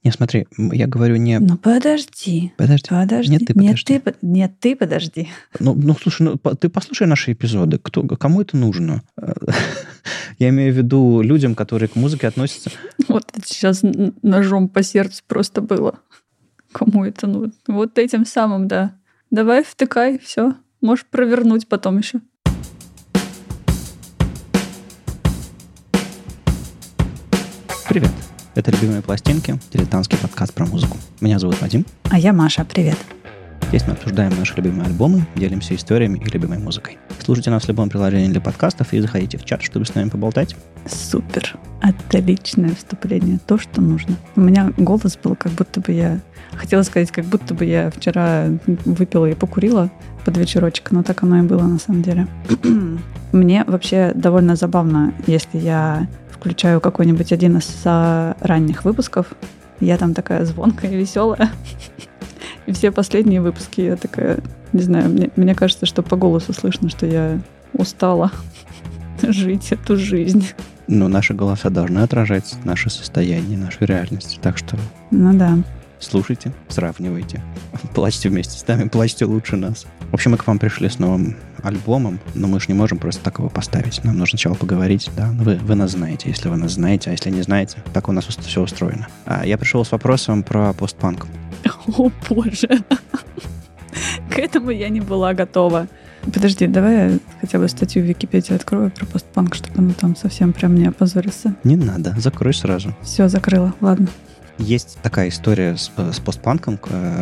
Не, смотри, я говорю не... Ну, подожди. Подожди. Нет, ты подожди. Нет, ты подожди. Ну, слушай, ты послушай наши эпизоды. Кому это нужно? Я имею в виду людям, которые к музыке относятся... Вот это сейчас ножом по сердцу просто было. Кому это нужно? Вот этим самым, да. Давай втыкай, все. Можешь провернуть потом еще. Привет. Это «Любимые пластинки», дилетантский подкаст про музыку. Меня зовут Вадим. А я Маша. Привет. Здесь мы обсуждаем наши любимые альбомы, делимся историями и любимой музыкой. Слушайте нас в любом приложении для подкастов и заходите в чат, чтобы с нами поболтать. Супер. Отличное вступление. То, что нужно. У меня голос был, как будто бы я... Хотела сказать, как будто бы я вчера выпила и покурила под вечерочек, но так оно и было на самом деле. Мне вообще довольно забавно, если я включаю какой-нибудь один из ранних выпусков, я там такая звонкая и веселая. И все последние выпуски я такая, не знаю, мне кажется, что по голосу слышно, что я устала жить эту жизнь. Но наши голоса должны отражать наше состояние, нашу реальность. Так что... Ну да. Слушайте, сравнивайте. Плачьте вместе с нами, плачьте лучше нас. В общем, мы к вам пришли с новым альбомом, но мы же не можем просто так его поставить. Нам нужно сначала поговорить, да? Вы нас знаете, если вы нас знаете, а если не знаете, так у нас все устроено. Я пришел с вопросом про постпанк. О, боже. К этому я не была готова. Подожди, давай я хотя бы статью в Википедии открою про постпанк, чтобы она там совсем прям не опозорится. Не надо, закрой сразу. Все, закрыла, ладно. Есть такая история с постпанком.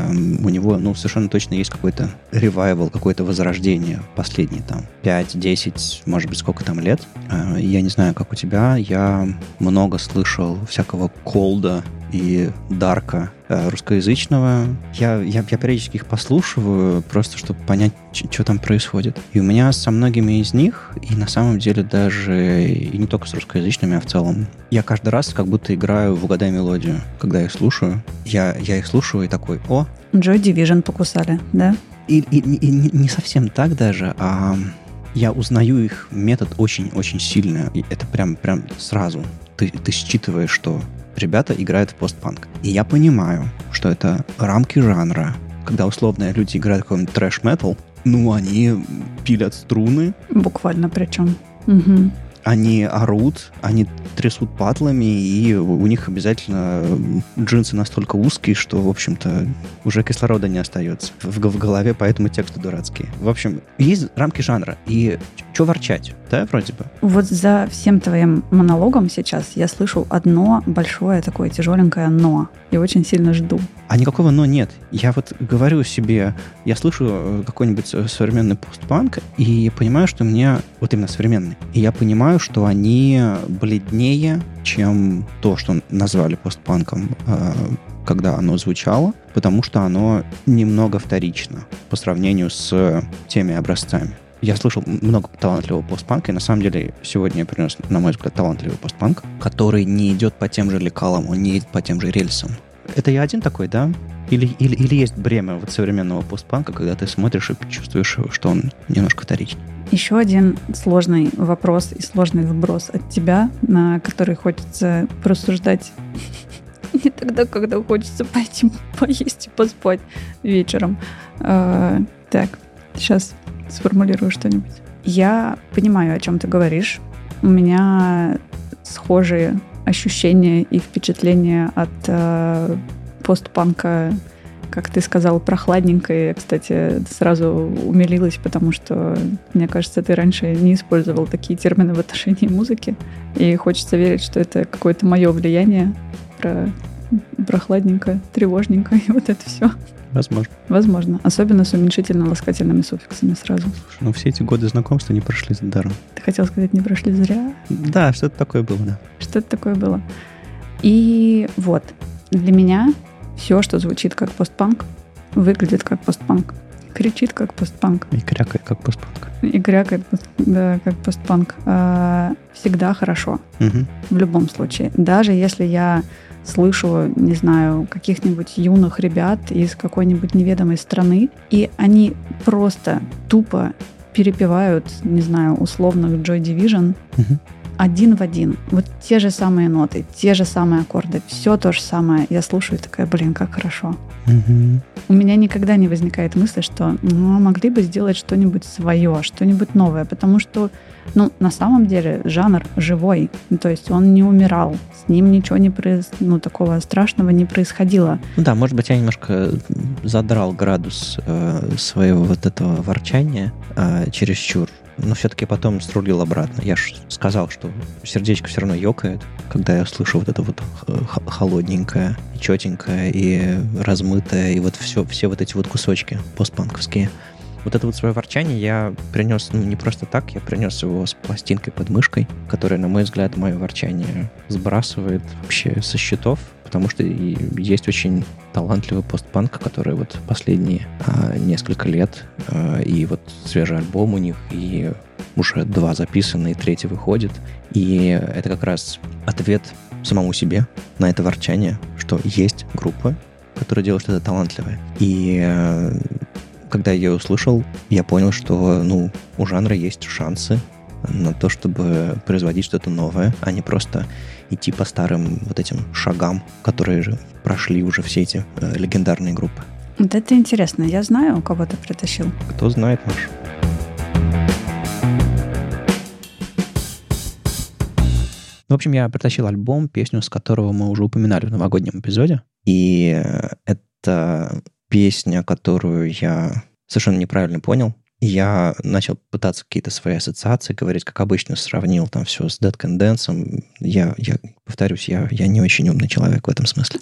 У него, совершенно точно есть какой-то ревайвал, какое-то возрождение последние там 5-10, может быть, сколько там лет. Я не знаю, как у тебя. Я много слышал всякого колда и дарка русскоязычного. Я периодически их послушиваю, просто чтобы понять, что там происходит. И у меня со многими из них, и на самом деле даже и не только с русскоязычными, а в целом, я каждый раз как будто играю в «Угадай мелодию», когда я их слушаю. Я их слушаю и такой: о! Joy Division покусали, да? И не совсем так даже, а я узнаю их метод очень-очень сильно. И это прям сразу. Ты считываешь, что ребята играют в постпанк. И я понимаю, что это рамки жанра. Когда условно люди играют какой-нибудь трэш-метал, они пилят струны. Буквально причем. Угу. Они орут, они трясут патлами, и у них обязательно джинсы настолько узкие, что, в общем-то, уже кислорода не остается в голове, поэтому тексты дурацкие. В общем, есть рамки жанра, и что ворчать, да, вроде бы? Вот за всем твоим монологом сейчас я слышу одно большое такое тяжеленькое «но», и очень сильно жду. А никакого «но» нет. Я вот говорю себе, я слышу какой-нибудь современный постпанк, и понимаю, что мне, вот именно современный, и я понимаю, что они бледнее, чем то, что назвали постпанком, когда оно звучало, потому что оно немного вторично по сравнению с теми образцами. Я слышал много талантливого постпанка, и на самом деле сегодня я принес, на мой взгляд, талантливый постпанк, который не идет по тем же лекалам, он не идет по тем же рельсам. Это я один такой, да? Или есть бремя вот современного постпанка, когда ты смотришь и чувствуешь, что он немножко вторичный? Еще один сложный вопрос и сложный вброс от тебя, на который хочется просуждать не тогда, когда хочется пойти поесть и поспать вечером. Так, сейчас сформулирую что-нибудь. Я понимаю, о чем ты говоришь. У меня схожие ощущения и впечатления от постпанка, как ты сказал, прохладненько. Я, кстати, сразу умилилась, потому что, мне кажется, ты раньше не использовал такие термины в отношении музыки. И хочется верить, что это какое-то мое влияние про прохладненько, тревожненько и вот это все. Возможно. Особенно с уменьшительно-ласкательными суффиксами сразу. Слушай, все эти годы знакомства не прошли за даром. Ты хотел сказать, не прошли зря? Да, что-то такое было, да. Что-то такое было. И вот, для меня все, что звучит как постпанк, выглядит как постпанк, кричит как постпанк. И крякает как постпанк. И крякает, да, как постпанк. Всегда хорошо. Угу. В любом случае. Даже если я слышу, не знаю, каких-нибудь юных ребят из какой-нибудь неведомой страны, и они просто тупо перепевают, не знаю, условных Joy Division, один в один. Вот те же самые ноты, те же самые аккорды, все то же самое. Я слушаю и такая, блин, как хорошо. У меня никогда не возникает мысли, что могли бы сделать что-нибудь свое, что-нибудь новое, потому что, на самом деле жанр живой, то есть он не умирал, с ним ничего такого страшного не происходило. Да, может быть, я немножко задрал градус своего вот этого ворчания чересчур, но все-таки потом срулил обратно. Я же сказал, что сердечко все равно ёкает, когда я слышу вот это вот холодненькое, четенькое и размытое, и вот все вот эти вот кусочки постпанковские. Вот это вот свое ворчание я принес, не просто так, я принес его с пластинкой под мышкой, которая, на мой взгляд, мое ворчание сбрасывает вообще со счетов, потому что есть очень талантливый постпанк, который вот последние несколько лет, и вот свежий альбом у них, и уже 2 записаны, и 3 выходит, и это как раз ответ самому себе на это ворчание, что есть группа, которая делает что-то талантливое. И когда я ее услышал, я понял, что у жанра есть шансы на то, чтобы производить что-то новое, а не просто идти по старым вот этим шагам, которые же прошли уже все эти легендарные группы. Вот это интересно. Я знаю, у кого ты притащил. Кто знает, Маш. В общем, я притащил альбом, песню, с которого мы уже упоминали в новогоднем эпизоде. И это песня, которую я совершенно неправильно понял. Я начал пытаться какие-то свои ассоциации говорить, как обычно, сравнил там все с Dead Can Dance. Я повторюсь, я не очень умный человек в этом смысле.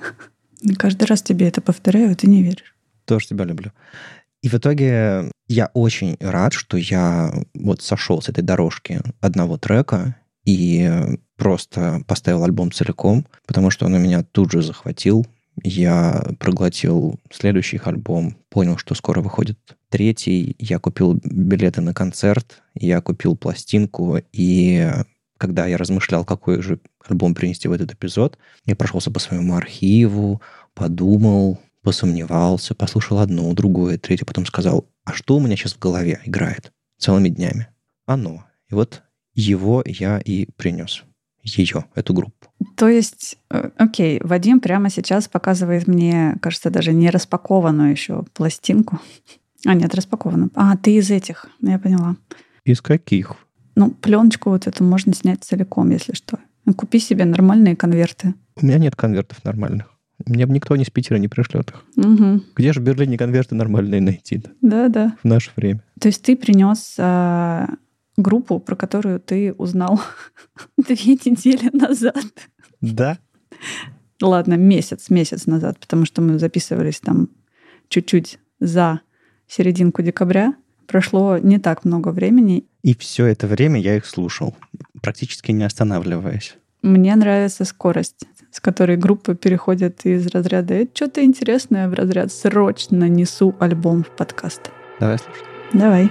Каждый раз тебе это повторяю, а ты не веришь. Тоже тебя люблю. И в итоге я очень рад, что я вот сошел с этой дорожки одного трека и просто поставил альбом целиком, потому что он меня тут же захватил. Я проглотил следующий их альбом, понял, что скоро выходит 3, я купил билеты на концерт, я купил пластинку, и когда я размышлял, какой же альбом принести в этот эпизод, я прошелся по своему архиву, подумал, посомневался, послушал одно, другое, 3, потом сказал, а что у меня сейчас в голове играет целыми днями? Оно. И вот его я и принес. Эту группу. То есть, окей, Вадим прямо сейчас показывает мне, кажется, даже не распакованную еще пластинку. Нет, распакованную. Ты из этих, я поняла. Из каких? Пленочку вот эту можно снять целиком, если что. Купи себе нормальные конверты. У меня нет конвертов нормальных. Мне бы никто из Питера не пришлет их. Угу. Где же в Берлине конверты нормальные найти? Да. В наше время. То есть ты принес группу, про которую ты узнал 2 недели назад. Да. Ладно, месяц назад, потому что мы записывались там чуть-чуть за серединку декабря. Прошло не так много времени. И все это время я их слушал, практически не останавливаясь. Мне нравится скорость, с которой группы переходят из разряда «это что-то интересное» в разряд «срочно несу альбом в подкаст». Давай слушать. Давай.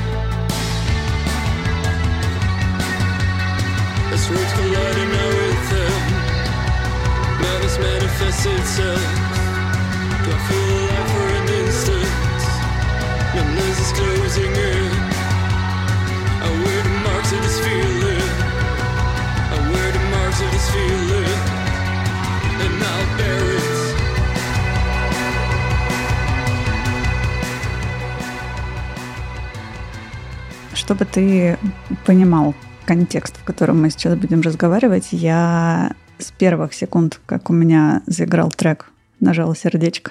Words colliding now with almost manifests itself. Do I feel alive for an instant? My nose is closing in. I wear the marks of this feeling. I wear the marks of this feeling. And I'll bear it. Чтобы ты понимал контекст, в котором мы сейчас будем разговаривать, я с первых секунд, как у меня заиграл трек, нажала сердечко.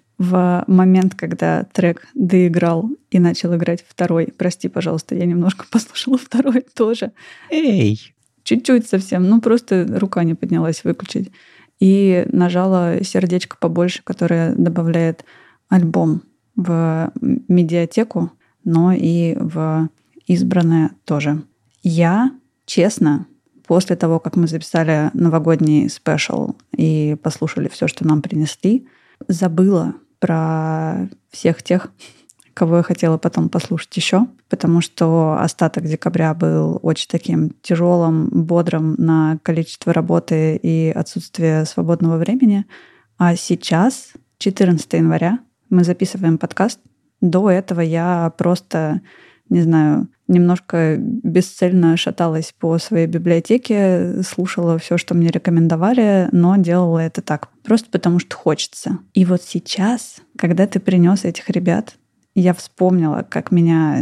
В момент, когда трек доиграл и начал играть второй, прости, пожалуйста, я немножко послушала второй тоже. Эй! Чуть-чуть совсем, просто рука не поднялась выключить. И нажала сердечко побольше, которое добавляет альбом в медиатеку, но и в избранное тоже. Я, честно, после того, как мы записали новогодний спешл и послушали все, что нам принесли, забыла про всех тех, кого я хотела потом послушать еще, потому что остаток декабря был очень таким тяжелым, бодрым на количество работы и отсутствие свободного времени. А сейчас, 14 января, мы записываем подкаст. До этого я просто, не знаю, немножко бесцельно шаталась по своей библиотеке, слушала все, что мне рекомендовали, но делала это так, просто потому что хочется. И вот сейчас, когда ты принес этих ребят, я вспомнила, как меня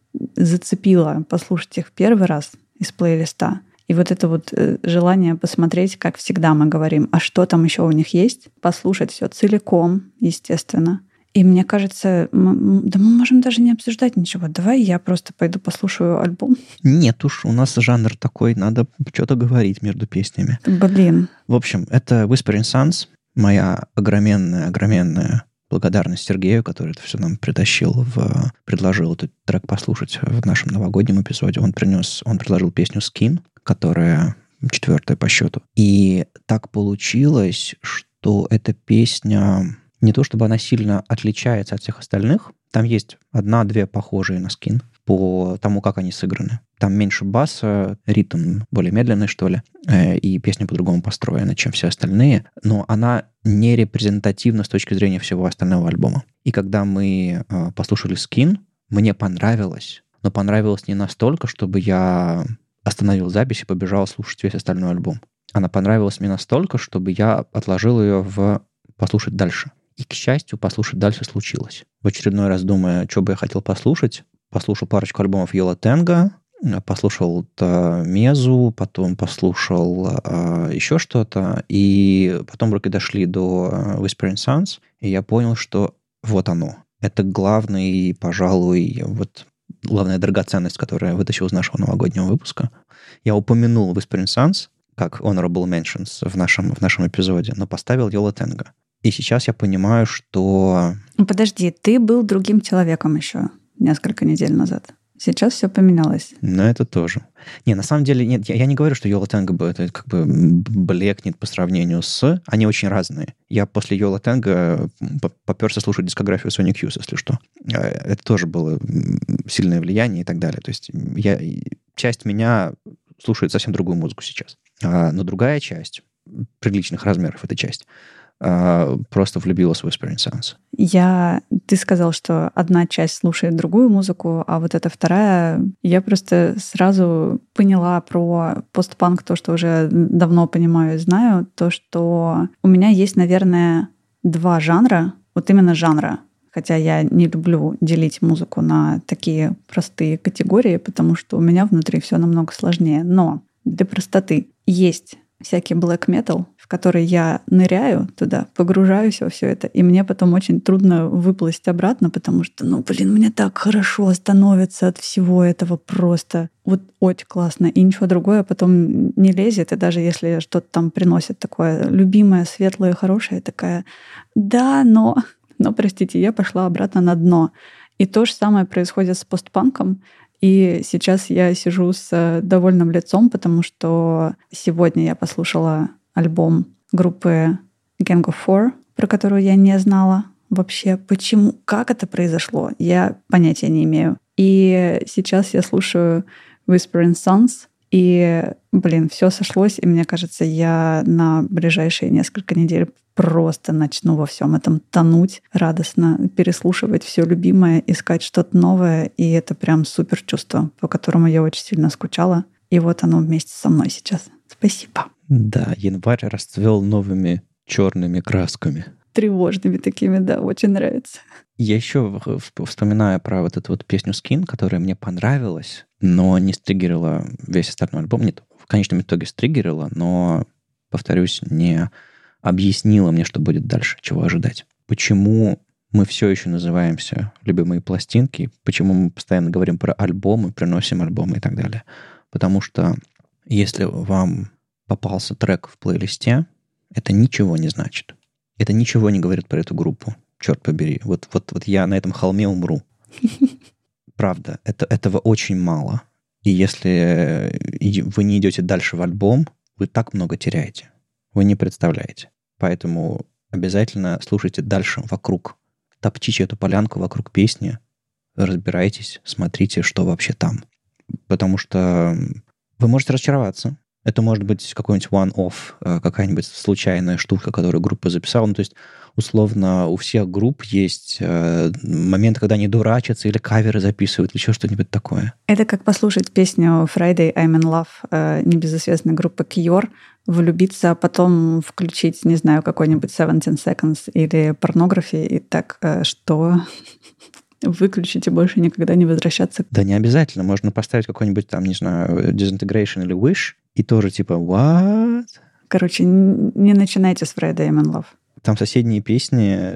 зацепило послушать их первый раз из плейлиста. И вот это вот желание посмотреть, как всегда мы говорим, а что там еще у них есть, послушать все целиком, естественно. И мне кажется, мы можем даже не обсуждать ничего. Давай я просто пойду послушаю альбом. Нет уж, у нас жанр такой, надо что-то говорить между песнями. Блин. В общем, это Whispering Suns, моя огроменная благодарность Сергею, который это все нам предложил этот трек послушать в нашем новогоднем эпизоде. Он предложил песню Skin, которая 4-я по счету. И так получилось, что эта песня... Не то чтобы она сильно отличается от всех остальных. Там есть 1-2 похожие на Skin по тому, как они сыграны. Там меньше баса, ритм более медленный, что ли, и песня по-другому построена, чем все остальные. Но она не репрезентативна с точки зрения всего остального альбома. И когда мы послушали Skin, мне понравилось. Но понравилось не настолько, чтобы я остановил запись и побежал слушать весь остальной альбом. Она понравилась мне настолько, чтобы я отложил ее послушать дальше. И, к счастью, послушать дальше случилось. В очередной раз, думая, что бы я хотел послушать, послушал парочку альбомов Йола Тенга, послушал Мезу, потом послушал еще что-то, и потом руки дошли до Whispering Suns, и я понял, что вот оно. Это главная драгоценность, которую я вытащил из нашего новогоднего выпуска. Я упомянул Whispering Suns как honorable mentions в нашем эпизоде, но поставил Йола Тенга. И сейчас я понимаю, что... Подожди, ты был другим человеком еще несколько недель назад. Сейчас все поменялось. Ну, это тоже. Не, на самом деле, нет, я не говорю, что Йола Тенга это как бы блекнет по сравнению с... Они очень разные. Я после Йола Тенга попёрся слушать дискографию Sonic Youth, если что. Это тоже было сильное влияние и так далее. То есть часть меня слушает совсем другую музыку сейчас. Но другая часть, приличных размеров эта часть, просто влюбилась в Whispering Suns. Ты сказал, что одна часть слушает другую музыку, а вот эта вторая... Я просто сразу поняла про постпанк то, что уже давно понимаю и знаю, то, что у меня есть, наверное, 2 жанра, вот именно жанра. Хотя я не люблю делить музыку на такие простые категории, потому что у меня внутри все намного сложнее. Но для простоты есть всякий black metal, в который я ныряю туда, погружаюсь во все это, и мне потом очень трудно выплыть обратно, потому что, мне так хорошо становится от всего этого просто. Вот очень классно. И ничего другое потом не лезет, и даже если что-то там приносит такое любимое, светлое, хорошее, такая, да, но, простите, я пошла обратно на дно. И то же самое происходит с постпанком. И сейчас я сижу с довольным лицом, потому что сегодня я послушала альбом группы Gang of Four, про которую я не знала вообще. Почему? Как это произошло? Я понятия не имею. И сейчас я слушаю Whispering Suns, И, все сошлось, и мне кажется, я на ближайшие несколько недель просто начну во всем этом тонуть, радостно переслушивать все любимое, искать что-то новое, и это прям супер чувство, по которому я очень сильно скучала. И вот оно вместе со мной сейчас. Спасибо. Да, январь расцвел новыми черными красками. Тревожными такими, да, очень нравится. Я еще вспоминаю про вот эту вот песню «Skin», которая мне понравилась, но не стриггерила весь остальной альбом. Нет, в конечном итоге стриггерила, но, повторюсь, не объяснила мне, что будет дальше, чего ожидать. Почему мы все еще называемся «Любимые пластинки», почему мы постоянно говорим про альбомы, приносим альбомы и так далее. Потому что если вам попался трек в плейлисте, это ничего не значит. Это ничего не говорит про эту группу. Черт побери. Вот я на этом холме умру. Правда, этого очень мало. И если вы не идете дальше в альбом, вы так много теряете. Вы не представляете. Поэтому обязательно слушайте дальше вокруг. Топчите эту полянку вокруг песни. Разбирайтесь, смотрите, что вообще там. Потому что вы можете разочароваться. Это может быть какой-нибудь one-off, какая-нибудь случайная штука, которую группа записала. Ну, то есть, условно, у всех групп есть моменты, когда они дурачатся или каверы записывают, или еще что-нибудь такое. Это как послушать песню «Friday, I'm in Love» небезызвестной группы Cure, влюбиться, а потом включить, не знаю, какой-нибудь 17 Seconds или Pornography, и так, что... выключить и больше никогда не возвращаться. Да не обязательно. Можно поставить какой-нибудь там, не знаю, Disintegration или Wish, и тоже типа what? Короче, не начинайте с Friday I'm in Love. Там соседние песни,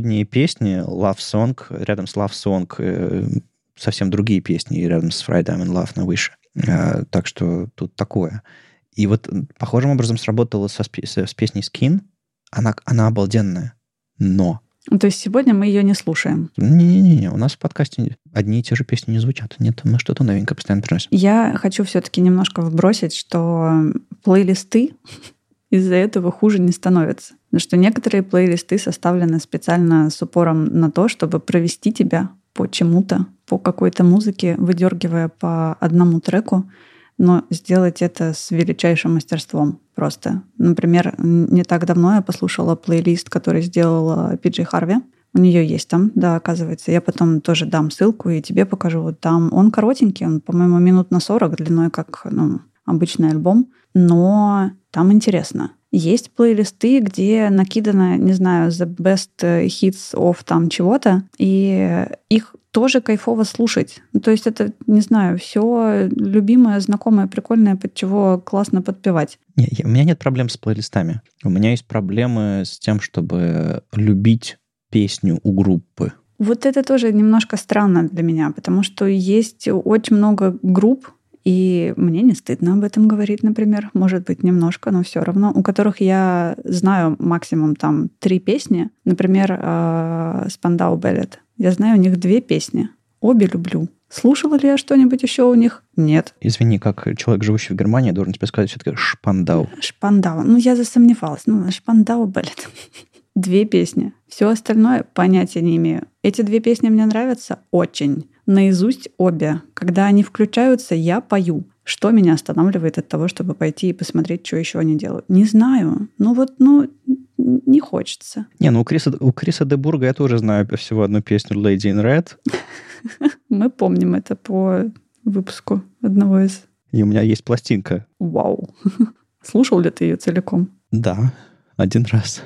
Love Song, рядом с Love Song совсем другие песни, и рядом с Friday I'm in Love на Wish. Так что тут такое. И вот похожим образом сработало с песней Skin. Она обалденная, но... То есть сегодня мы ее не слушаем? Не-не-не, у нас в подкасте одни и те же песни не звучат. Нет, мы что-то новенькое постоянно приносим. Я хочу все-таки немножко вбросить, что плейлисты из-за этого хуже не становятся. Потому что некоторые плейлисты составлены специально с упором на то, чтобы провести тебя по чему-то, по какой-то музыке, выдергивая по одному треку, но сделать это с величайшим мастерством просто. Например, не так давно я послушала плейлист, который сделала Пиджей Харви. У нее есть там, да, оказывается. Я потом тоже дам ссылку и тебе покажу. Вот там он коротенький, он, по-моему, минут на 40, длиной как обычный альбом, но там интересно. Есть плейлисты, где накидано, не знаю, the best hits of там чего-то, и их тоже кайфово слушать. То есть это, не знаю, все любимое, знакомое, прикольное, под чего классно подпевать. У меня нет проблем с плейлистами. У меня есть проблемы с тем, чтобы любить песню у группы. Вот это тоже немножко странно для меня, потому что есть очень много групп, и мне не стыдно об этом говорить, например, может быть, немножко, но все равно, у которых я знаю максимум там 3 песни. Например, Spandau Ballet. Я знаю у них 2 песни. Обе люблю. Слушала ли я что-нибудь еще у них? Нет. Извини, как человек, живущий в Германии, должен тебе сказать все-таки Шпандау. Шпандау. Я засомневалась. Spandau Ballet. 2 песни. Все остальное понятия не имею. Эти 2 песни мне нравятся очень. Наизусть обе. Когда они включаются, я пою. Что меня останавливает от того, чтобы пойти и посмотреть, что еще они делают? Не знаю. Не хочется. У Криса де Бурга я тоже знаю всего одну песню Lady in Red. Мы помним это по выпуску одного из... И у меня есть пластинка. Вау. Слушал ли ты ее целиком? Да, 1 раз.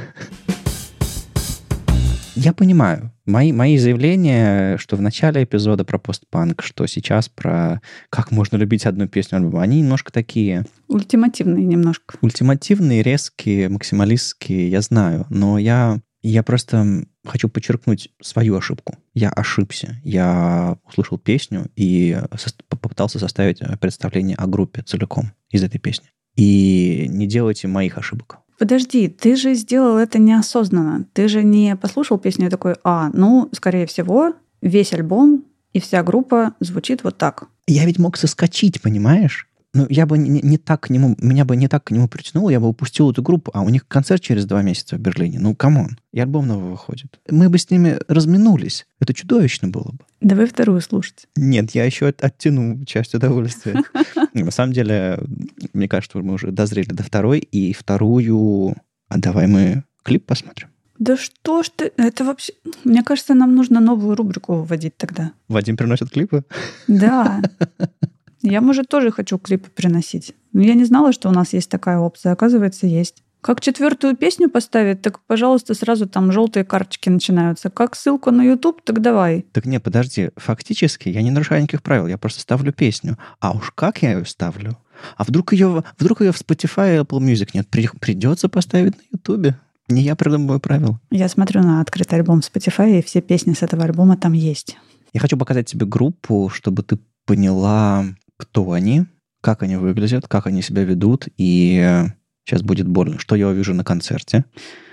Я понимаю. Мои заявления, что в начале эпизода про постпанк, что сейчас про как можно любить одну песню альбома, они немножко такие... Ультимативные немножко. Ультимативные, резкие, максималистские, я знаю. Но я просто хочу подчеркнуть свою ошибку. Я ошибся. Я услышал песню и попытался составить представление о группе целиком из этой песни. И не делайте моих ошибок. Подожди, ты же сделал это неосознанно. Ты же не послушал песню и такой, скорее всего, весь альбом и вся группа звучит вот так. Я ведь мог соскочить, понимаешь? Ну, я бы не так к нему, меня бы не так к нему притянуло, я бы упустил эту группу, а у них концерт через 2 месяца в Берлине. Ну, камон. И альбом новый выходит. Мы бы с ними разминулись. Это чудовищно было бы. Давай вторую слушать. Нет, я еще оттяну часть удовольствия. На самом деле, мне кажется, мы уже дозрели до второй, и вторую... А давай мы клип посмотрим. Да что ж ты... Это вообще... Мне кажется, нам нужно новую рубрику вводить тогда. Вадим приносит клипы? Да. Я, может, тоже хочу клипы приносить. Но я не знала, что у нас есть такая опция. Оказывается, есть. Как 4-ю песню поставить, так, пожалуйста, сразу там желтые карточки начинаются. Как ссылку на YouTube, так давай. Так не, подожди. Фактически я не нарушаю никаких правил. Я просто ставлю песню. А уж как я ее ставлю? А вдруг ее в Spotify и Apple Music нет? Придется поставить на YouTube. Не я придумываю правила. Я смотрю на открытый альбом Spotify, и все песни с этого альбома там есть. Я хочу показать тебе группу, чтобы ты поняла, кто они, как они выглядят, как они себя ведут, и сейчас будет больно. Что я увижу на концерте?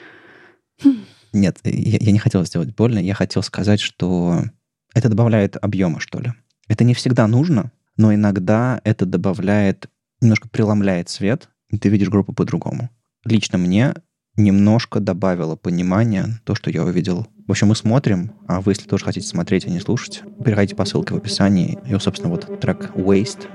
Нет, я не хотел сделать больно. Я хотел сказать, что это добавляет объема, что ли. Это не всегда нужно, но иногда это добавляет, немножко преломляет свет, и ты видишь группу по-другому. Лично мне немножко добавило понимания то, что я увидел. В общем, мы смотрим, а вы, если тоже хотите смотреть, а не слушать, переходите по ссылке в описании. И, собственно, вот трек «Waste».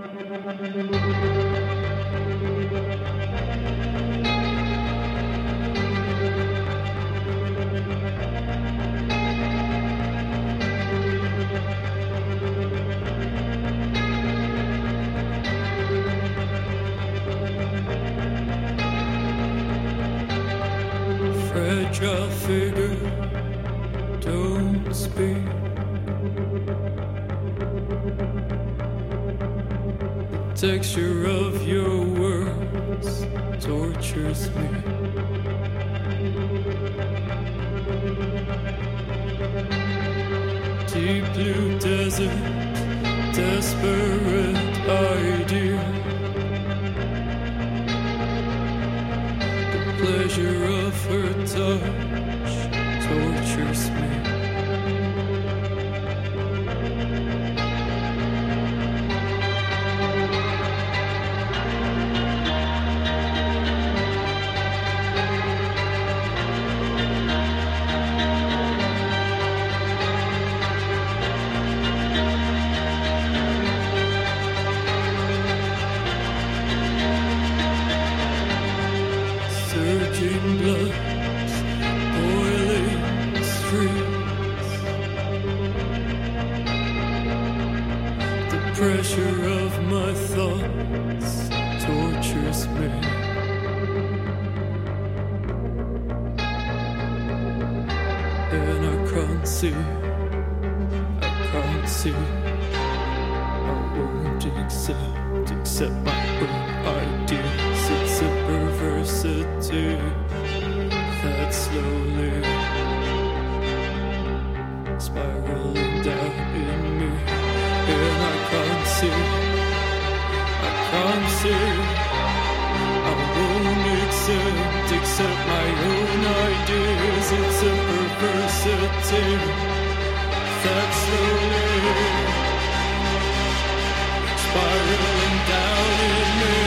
Fragile figure, don't speak. The texture of your words tortures me. Deep blue desert, desperate idea. Pleasure of her touch tortures me. Surging blood, boiling streets. The pressure of my thoughts tortures me. And I can't see, I won't accept my own ideas. It's a perversity that slowly spiraling down in me. And I can't see, I won't accept my own ideas. It's a perversity that slowly spiraling down in me.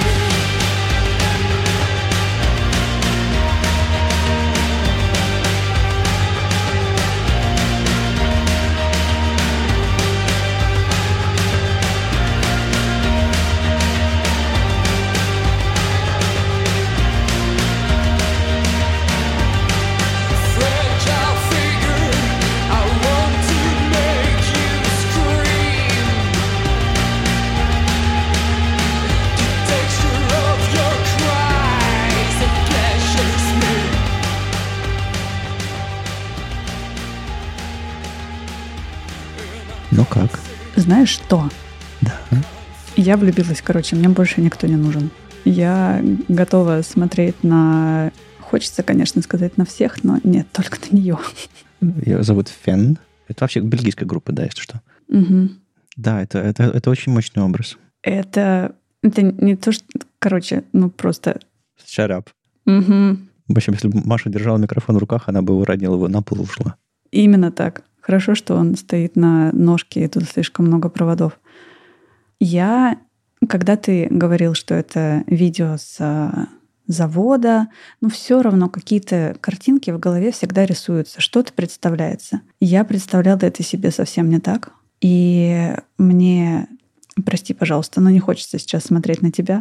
Ну как? Знаешь что? Да. Я влюбилась, короче, мне больше никто не нужен. Я готова смотреть на... Хочется, конечно, сказать на всех, но нет, только на нее. Ее зовут Фен. Это вообще бельгийская группа, да, если что. Угу. Да, это очень мощный образ. Это не то, что... Короче, ну просто... Shut up. Угу. В общем, если бы Маша держала микрофон в руках, она бы уронила его на пол и ушла. Именно так. Хорошо, что он стоит на ножке, и тут слишком много проводов. Я когда ты говорил, что это видео с завода, но все равно какие-то картинки в голове всегда рисуются, что-то представляется. Я представляла это себе совсем не так. И мне, прости, пожалуйста, но не хочется сейчас смотреть на тебя.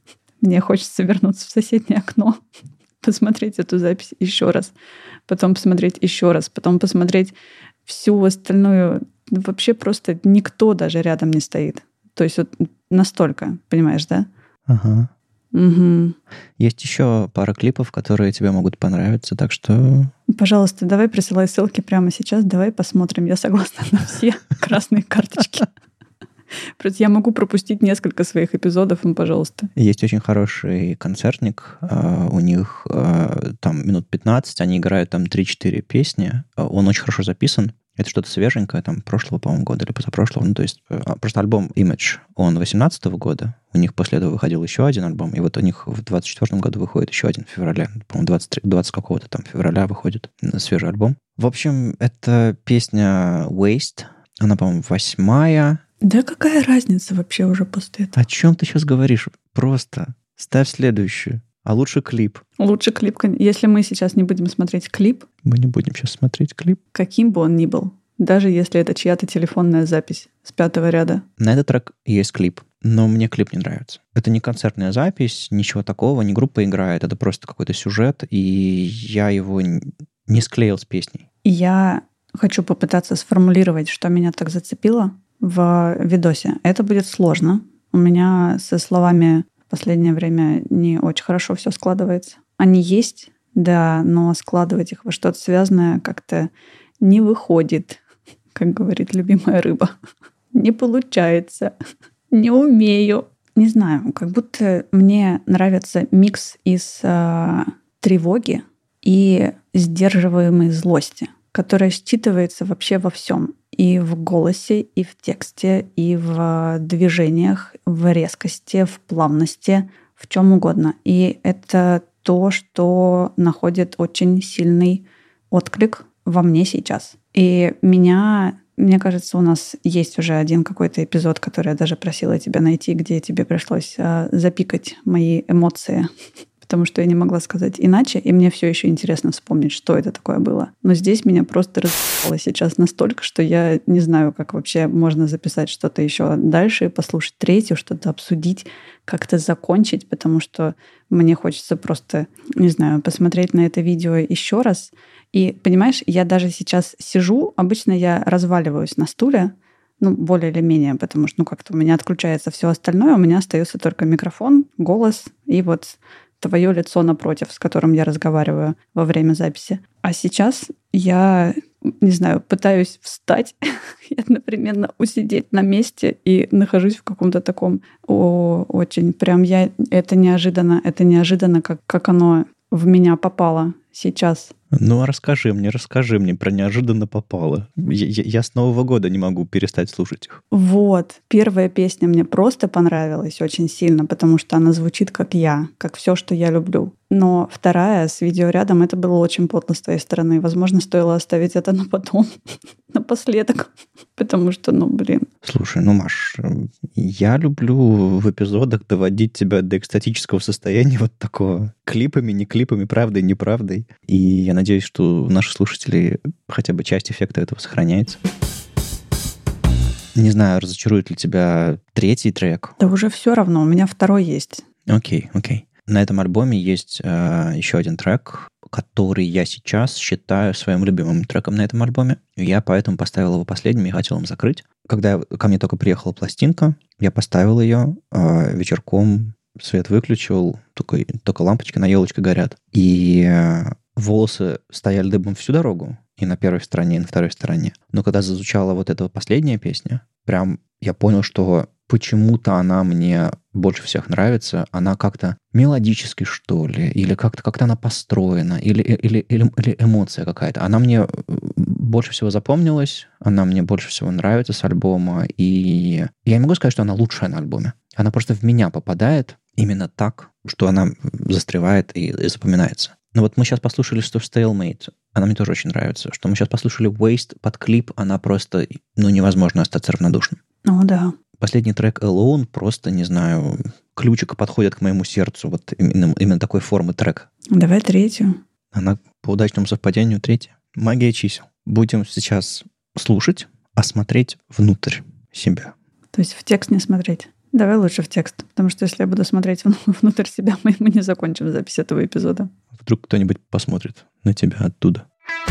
Мне хочется вернуться в соседнее окно, посмотреть эту запись еще раз, потом посмотреть еще раз, потом посмотреть всю остальную. Вообще просто никто даже рядом не стоит. То есть вот настолько, понимаешь, да? Ага. Угу. Есть еще пара клипов, которые тебе могут понравиться, так что... Пожалуйста, давай присылай ссылки прямо сейчас, давай посмотрим. Я согласна на все красные карточки. Просто я могу пропустить несколько своих эпизодов, пожалуйста. Есть очень хороший концертник, у них там минут 15, они играют там 3-4 песни, он очень хорошо записан. Это что-то свеженькое, там, прошлого, по-моему, года или позапрошлого. Ну, то есть, просто альбом Image, он 18-го года. У них после этого выходил еще один альбом. И вот у них в 24-м году выходит еще один в феврале. По-моему, 20 какого-то там февраля выходит свежий альбом. В общем, это песня Waste. Она, по-моему, 8-я. Да какая разница вообще уже после этого? О чем ты сейчас говоришь? Просто ставь следующую. А лучше клип. Лучше клип. Если мы сейчас не будем смотреть клип... Мы не будем сейчас смотреть клип. Каким бы он ни был. Даже если это чья-то телефонная запись с 5-го ряда. На этот трек есть клип. Но мне клип не нравится. Это не концертная запись, ничего такого, не группа играет. Это просто какой-то сюжет, и я его не склеил с песней. Я хочу попытаться сформулировать, что меня так зацепило в видосе. Это будет сложно. У меня со словами в последнее время не очень хорошо все складывается. Они есть, да, но складывать их во что-то связанное как-то не выходит, как говорит любимая рыба. Не получается. Не умею. Не знаю, как будто мне нравится микс из тревоги и сдерживаемой злости, которая считывается вообще во всем. И в голосе, и в тексте, и в движениях, в резкости, в плавности, в чем угодно. И это то, что находит очень сильный отклик во мне сейчас. И мне кажется, у нас есть уже один какой-то эпизод, который я даже просила тебя найти, где тебе пришлось запикать мои эмоции, потому что я не могла сказать иначе, и мне все еще интересно вспомнить, что это такое было. Но здесь меня просто разъебало сейчас настолько, что я не знаю, как вообще можно записать что-то еще дальше, послушать третью, что-то обсудить, как-то закончить, потому что мне хочется просто, не знаю, посмотреть на это видео еще раз. И, понимаешь, я даже сейчас сижу, обычно я разваливаюсь на стуле, более или менее, потому что, как-то у меня отключается все остальное, у меня остается только микрофон, голос и вот твое лицо напротив, с которым я разговариваю во время записи. А сейчас я, не знаю, пытаюсь встать и одновременно усидеть на месте и нахожусь в каком-то таком очень прям это неожиданно, как оно в меня попало сейчас. Ну, расскажи мне про неожиданно попало. Я с Нового года не могу перестать слушать их. Вот. Первая песня мне просто понравилась очень сильно, потому что она звучит как я, как все, что я люблю. Но вторая с видео рядом, это было очень подло с твоей стороны. Возможно, стоило оставить это на потом, напоследок. Потому что, Слушай, Маш, я люблю в эпизодах доводить тебя до экстатического состояния вот такого. Клипами, не клипами, правдой, неправдой. И я надеюсь, что у наших слушателей хотя бы часть эффекта этого сохраняется. Не знаю, разочарует ли тебя третий трек. Да уже все равно, у меня второй есть. Окей. На этом альбоме есть еще один трек, который я сейчас считаю своим любимым треком на этом альбоме. Я поэтому поставил его последним и хотел им закрыть. Когда ко мне только приехала пластинка, я поставил ее вечерком, свет выключил, только лампочки на елочке горят. И волосы стояли дыбом всю дорогу, и на первой стороне, и на второй стороне. Но когда зазвучала вот эта последняя песня, прям я понял, что почему-то она мне больше всех нравится. Она как-то мелодически, что ли, или как-то она построена, или эмоция какая-то. Она мне больше всего запомнилась, она мне больше всего нравится с альбома, и я не могу сказать, что она лучшая на альбоме. Она просто в меня попадает именно так, что она застревает и запоминается. Но вот мы сейчас послушали, что Stalemate, она мне тоже очень нравится. Что мы сейчас послушали Waste под клип, она просто, невозможно остаться равнодушным. О, да. Последний трек Alone просто, не знаю, ключик подходит к моему сердцу. Вот именно такой формы трек. Давай третью. Она по удачному совпадению третья. Магия чисел. Будем сейчас слушать, а смотреть внутрь себя. То есть в текст не смотреть. Давай лучше в текст, потому что если я буду смотреть внутрь себя, мы не закончим запись этого эпизода. Вдруг кто-нибудь посмотрит на тебя оттуда.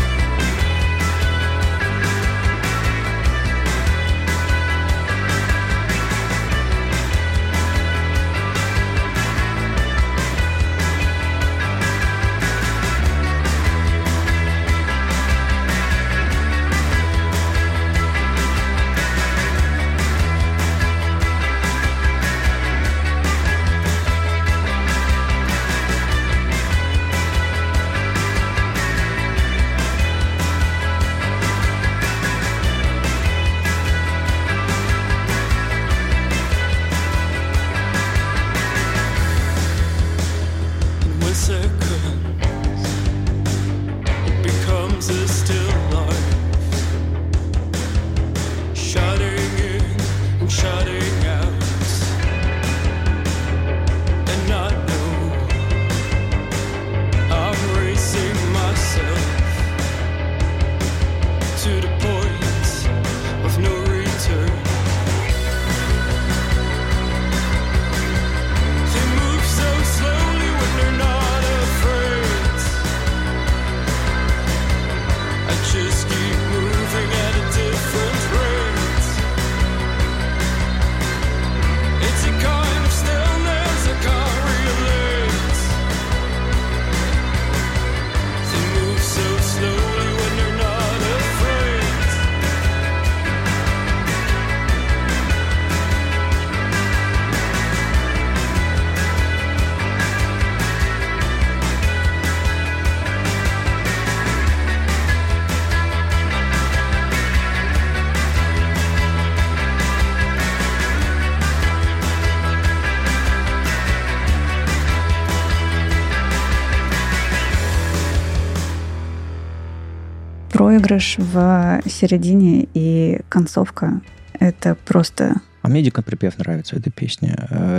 Проигрыш в середине и концовка — это просто... А мне дико припев нравится этой песни.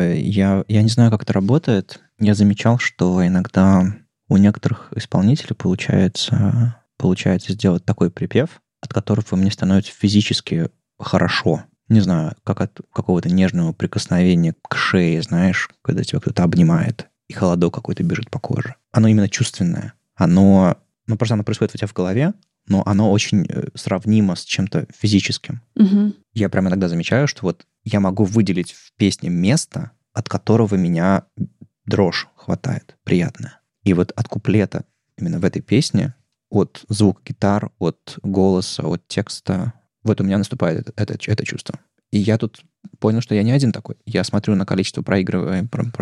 Я не знаю, как это работает. Я замечал, что иногда у некоторых исполнителей получается сделать такой припев, от которого мне становится физически хорошо. Не знаю, как от какого-то нежного прикосновения к шее, знаешь, когда тебя кто-то обнимает, и холодок какой-то бежит по коже. Оно именно чувственное. Просто оно происходит у тебя в голове, но оно очень сравнимо с чем-то физическим. Угу. Я прям иногда замечаю, что вот я могу выделить в песне место, от которого меня дрожь хватает, приятная. И вот от куплета именно в этой песне, от звука гитар, от голоса, от текста, вот у меня наступает это чувство. И я тут понял, что я не один такой. Я смотрю на количество проигрываний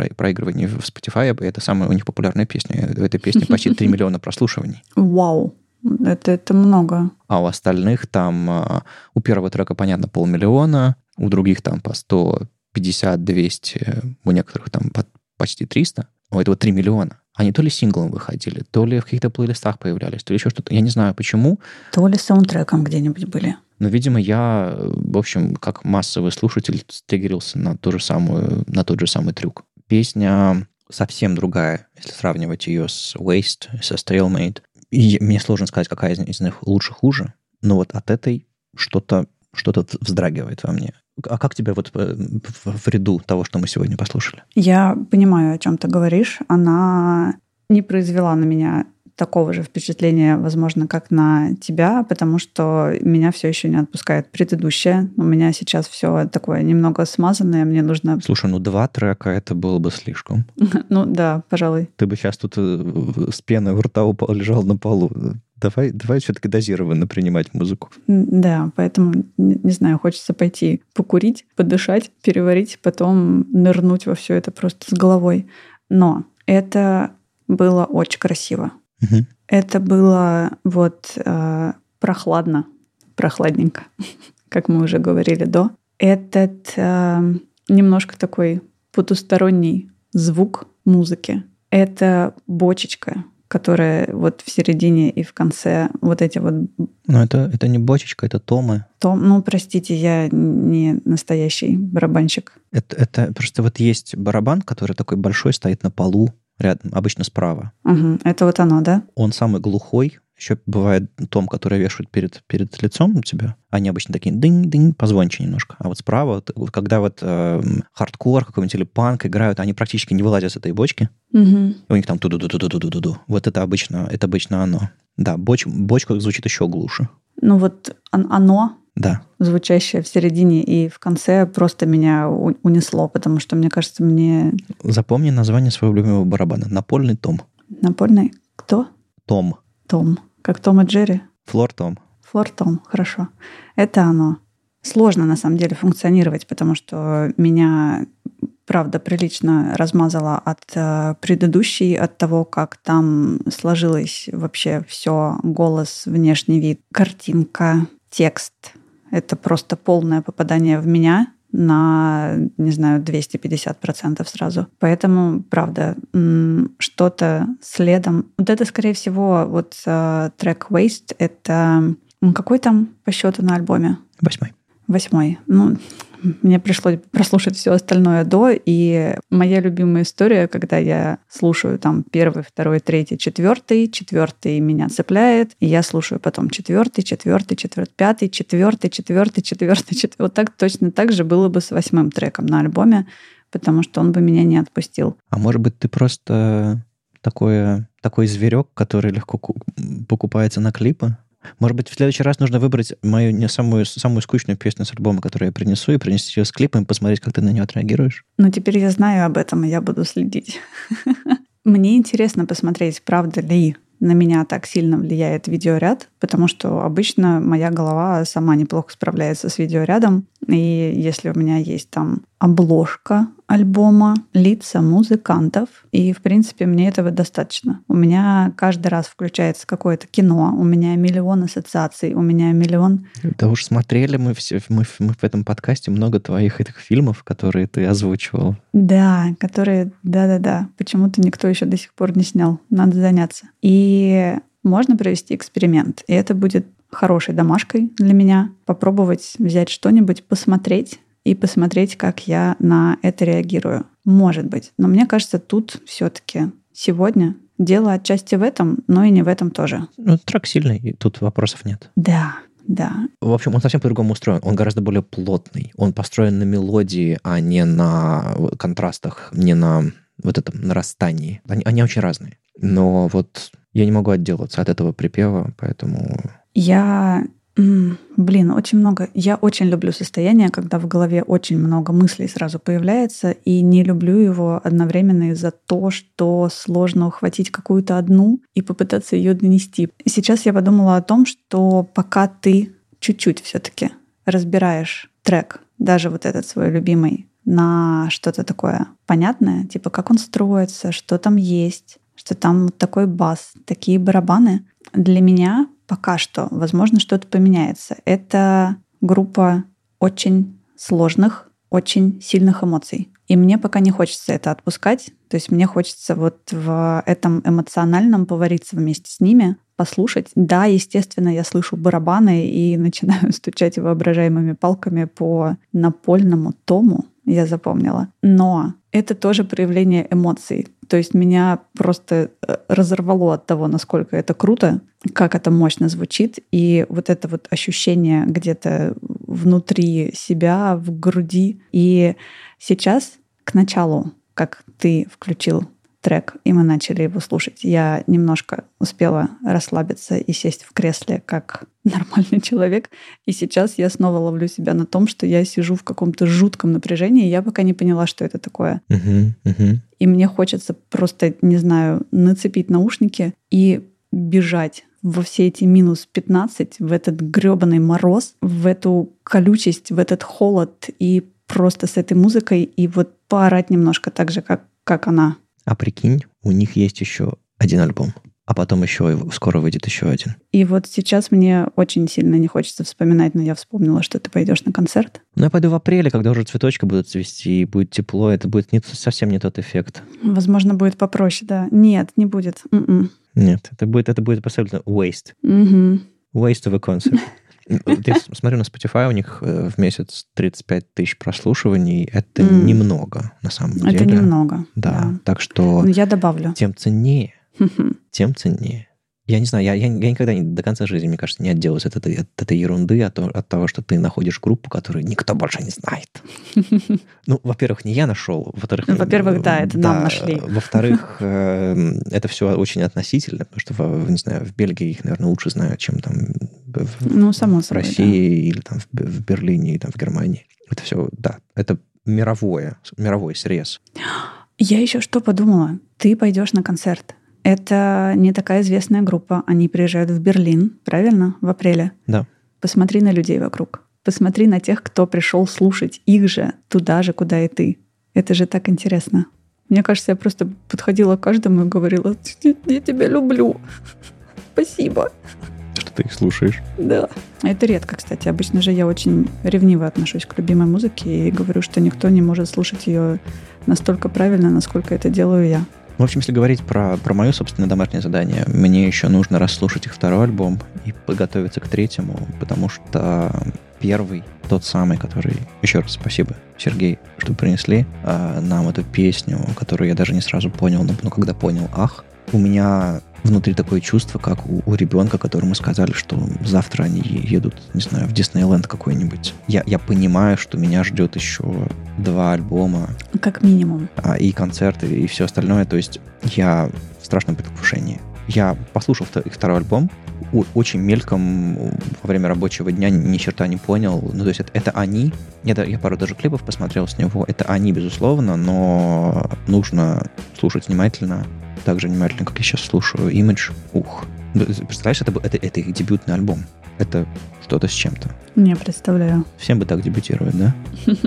в Spotify, и это самая у них популярная песня. В этой песне почти 3 миллиона прослушиваний. Вау! Это много. А у остальных там, у первого трека, понятно, 500 000, у других там по 150, 200, у некоторых там почти 300. У этого 3 миллиона. Они то ли синглом выходили, то ли в каких-то плейлистах появлялись, то ли еще что-то. Я не знаю, почему. То ли саундтреком где-нибудь были. Но, видимо, я, в общем, как массовый слушатель, стегерился на тот же самый трюк. Песня совсем другая, если сравнивать ее с Waste, со Stalemate. И мне сложно сказать, какая из них лучше-хуже, но вот от этой что-то вздрагивает во мне. А как тебе вот в ряду того, что мы сегодня послушали? Я понимаю, о чем ты говоришь. Она не произвела на меня такого же впечатления, возможно, как на тебя, потому что меня все еще не отпускает предыдущее. У меня сейчас все такое немного смазанное, мне нужно... Слушай, 2 трека это было бы слишком. Ну да, пожалуй. Ты бы сейчас тут с пеной в рта лежал на полу. Давай все-таки дозированно принимать музыку. Да, поэтому, не знаю, хочется пойти покурить, подышать, переварить, потом нырнуть во все это просто с головой. Но это было очень красиво. Угу. Это было прохладненько, как мы уже говорили до. Этот немножко такой потусторонний звук музыки. Это бочечка которая вот в середине и в конце вот эти вот... Но это не бочечка, это томы. Ну, простите, я не настоящий барабанщик. Это просто вот есть барабан, который такой большой, стоит на полу рядом, обычно справа. Угу, это вот оно, да? Он самый глухой. Еще бывает том, который вешают перед лицом у тебя. Они обычно такие дынь-дынь, позвонче немножко. А вот справа, когда вот хардкор какой-нибудь или панк играют, они практически не вылазят с этой бочки. Угу. У них там ту-ду-ду-ду-ду-ду-ду-ду. Вот это обычно оно. Да, бочка звучит еще глуше. Ну вот оно, да, звучащее в середине и в конце, просто меня унесло, потому что, мне кажется, мне... Запомни название своего любимого барабана. Напольный том. Напольный? Кто? Том. Том. Как Том и Джерри? Флор Том. Флор Том, хорошо. Это оно. Сложно, на самом деле, функционировать, потому что меня, правда, прилично размазало от предыдущей, от того, как там сложилось вообще все, голос, внешний вид, картинка, текст. Это просто полное попадание в меня на, не знаю, 250% сразу. Поэтому, правда, что-то следом... Вот это, скорее всего, вот трек Waste, это... Какой там по счету на альбоме? 8. Ну, мне пришлось прослушать все остальное до, и моя любимая история, когда я слушаю там 1, 2, 3, 4, 4 меня цепляет, и я слушаю потом 4, 5, 4. Вот так точно так же было бы с 8 треком на альбоме, потому что он бы меня не отпустил. А может быть, ты просто такой зверек, который легко покупается на клипы? Может быть, в следующий раз нужно выбрать мою не самую скучную песню с альбома, которую я принесу, и принести ее с клипом, и посмотреть, как ты на нее отреагируешь? Ну, теперь я знаю об этом, и я буду следить. Мне интересно посмотреть, правда ли на меня так сильно влияет видеоряд, потому что обычно моя голова сама неплохо справляется с видеорядом. И если у меня есть там обложка альбома, лица музыкантов, и, в принципе, мне этого достаточно. У меня каждый раз включается какое-то кино, у меня миллион ассоциаций, у меня миллион... Да уж смотрели мы в этом подкасте много твоих этих фильмов, которые ты озвучивал. Да, которые... Да-да-да. Почему-то никто еще до сих пор не снял. Надо заняться. И можно провести эксперимент. И это будет хорошей домашкой для меня. Попробовать взять что-нибудь, посмотреть, как я на это реагирую. Может быть. Но мне кажется, тут все-таки сегодня дело отчасти в этом, но и не в этом тоже. Ну, трек сильный, и тут вопросов нет. Да. В общем, он совсем по-другому устроен. Он гораздо более плотный. Он построен на мелодии, а не на контрастах, не на вот этом нарастании. Они очень разные. Но вот я не могу отделаться от этого припева, поэтому... Очень много. Я очень люблю состояние, когда в голове очень много мыслей сразу появляется, и не люблю его одновременно из-за того, что сложно ухватить какую-то одну и попытаться ее донести. И сейчас я подумала о том, что пока ты чуть-чуть все-таки разбираешь трек, даже вот этот свой любимый, на что-то такое понятное, типа как он строится, что там есть, что там такой бас, такие барабаны, для меня пока что, возможно, что-то поменяется. Это группа очень сложных, очень сильных эмоций. И мне пока не хочется это отпускать. То есть мне хочется вот в этом эмоциональном повариться вместе с ними, послушать. Да, естественно, я слышу барабаны и начинаю стучать воображаемыми палками по напольному тому, я запомнила. Но это тоже проявление эмоций. То есть меня просто разорвало от того, насколько это круто, как это мощно звучит. И вот это вот ощущение где-то внутри себя, в груди. И сейчас, к началу, как ты включил трек, и мы начали его слушать, я немножко успела расслабиться и сесть в кресле как нормальный человек. И сейчас я снова ловлю себя на том, что я сижу в каком-то жутком напряжении, и я пока не поняла, что это такое. И мне хочется просто, не знаю, нацепить наушники и бежать во все эти минус 15, в этот грёбаный мороз, в эту колючесть, в этот холод, и просто с этой музыкой, и вот поорать немножко так же, как она. А прикинь, у них есть еще один альбом, а потом еще скоро выйдет еще один. И вот сейчас мне очень сильно не хочется вспоминать, но я вспомнила, что ты пойдешь на концерт. Ну, я пойду в апреле, когда уже цветочки будут цвести, и будет тепло, это будет совсем не тот эффект. Возможно, будет попроще, да. Нет, не будет. Нет, это будет абсолютно waste. Мгм. Waste of a concert. Я смотрю на Spotify, у них в месяц 35 тысяч прослушиваний. Это немного, на самом деле. Это немного. Да, так что Но я добавлю. тем ценнее. Мгм. Тем ценнее. Я не знаю, я никогда до конца жизни, мне кажется, не отделаюсь от этой ерунды, от того, что ты находишь группу, которую никто больше не знает. Ну, во-первых, не я нашел. Во-первых, да, это нам нашли. Во-вторых, это все очень относительно, потому что, не знаю, в Бельгии их, наверное, лучше знают, чем там само в собой, России или там в Берлине, или там в Германии. Это все, да, это мировой срез. Я еще что подумала? Ты пойдешь на концерт. Это не такая известная группа. Они приезжают в Берлин, правильно? В апреле. Да. Посмотри на людей вокруг. Посмотри на тех, кто пришел слушать их же, туда же, куда и ты. Это же так интересно. Мне кажется, я просто подходила к каждому и говорила: я тебя люблю. Спасибо. Что ты их слушаешь. Да. Это редко, кстати. Обычно же я очень ревниво отношусь к любимой музыке и говорю, что никто не может слушать ее настолько правильно, насколько это делаю я. В общем, если говорить про мое собственное домашнее задание, мне еще нужно расслушать их второй альбом и подготовиться к третьему, потому что первый, тот самый, который... Еще раз спасибо, Сергей, что принесли нам эту песню, которую я даже не сразу понял, но когда понял, у меня внутри такое чувство, как у ребенка, которому сказали, что завтра они едут, не знаю, в Диснейленд какой-нибудь. Я понимаю, что меня ждет еще 2 альбома. Как минимум. И концерты, и все остальное. То есть я в страшном предвкушении. Я послушал их второй альбом, очень мельком во время рабочего дня ни черта не понял. Ну, то есть это они. Я пару даже клипов посмотрел с него. Это они, безусловно, но нужно слушать внимательно. Так же внимательно, как я сейчас слушаю Image. Представляешь, это их дебютный альбом. Это что-то с чем-то. Не представляю. Всем бы так дебютировать, да?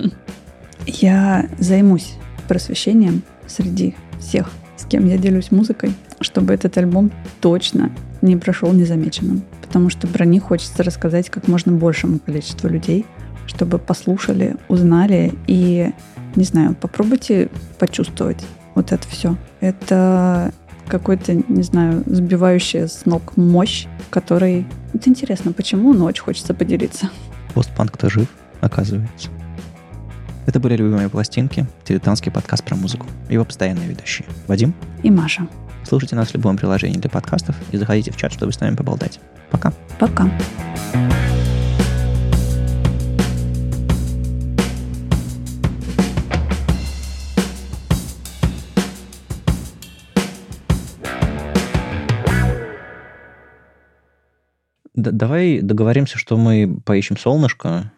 Я займусь просвещением среди всех, с кем я делюсь музыкой, чтобы этот альбом точно не прошел незамеченным. Потому что про них хочется рассказать как можно большему количеству людей, чтобы послушали, узнали и, не знаю, попробуйте почувствовать вот это все. Это какой-то, не знаю, сбивающая с ног мощь, которой... Это интересно, почему, но очень хочется поделиться. Постпанк-то жив, оказывается. Это были «Любимые пластинки», дилетантский подкаст про музыку. Его постоянные ведущие Вадим и Маша. Слушайте нас в любом приложении для подкастов и заходите в чат, чтобы с нами поболтать. Пока. Пока. Давай договоримся, что мы поищем солнышко.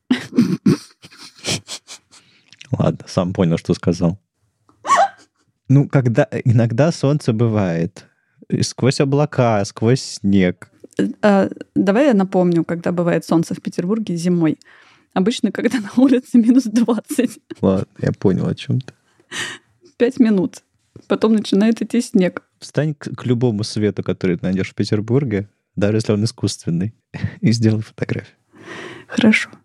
Ладно, сам понял, что сказал. Ну, иногда солнце бывает. Сквозь облака, сквозь снег. Давай я напомню, когда бывает солнце в Петербурге зимой. Обычно, когда на улице минус 20. Ладно, я понял, о чем ты. 5 минут. Потом начинает идти снег. Встань к любому свету, который ты найдешь в Петербурге, даже если он искусственный, и сделай фотографию. Хорошо.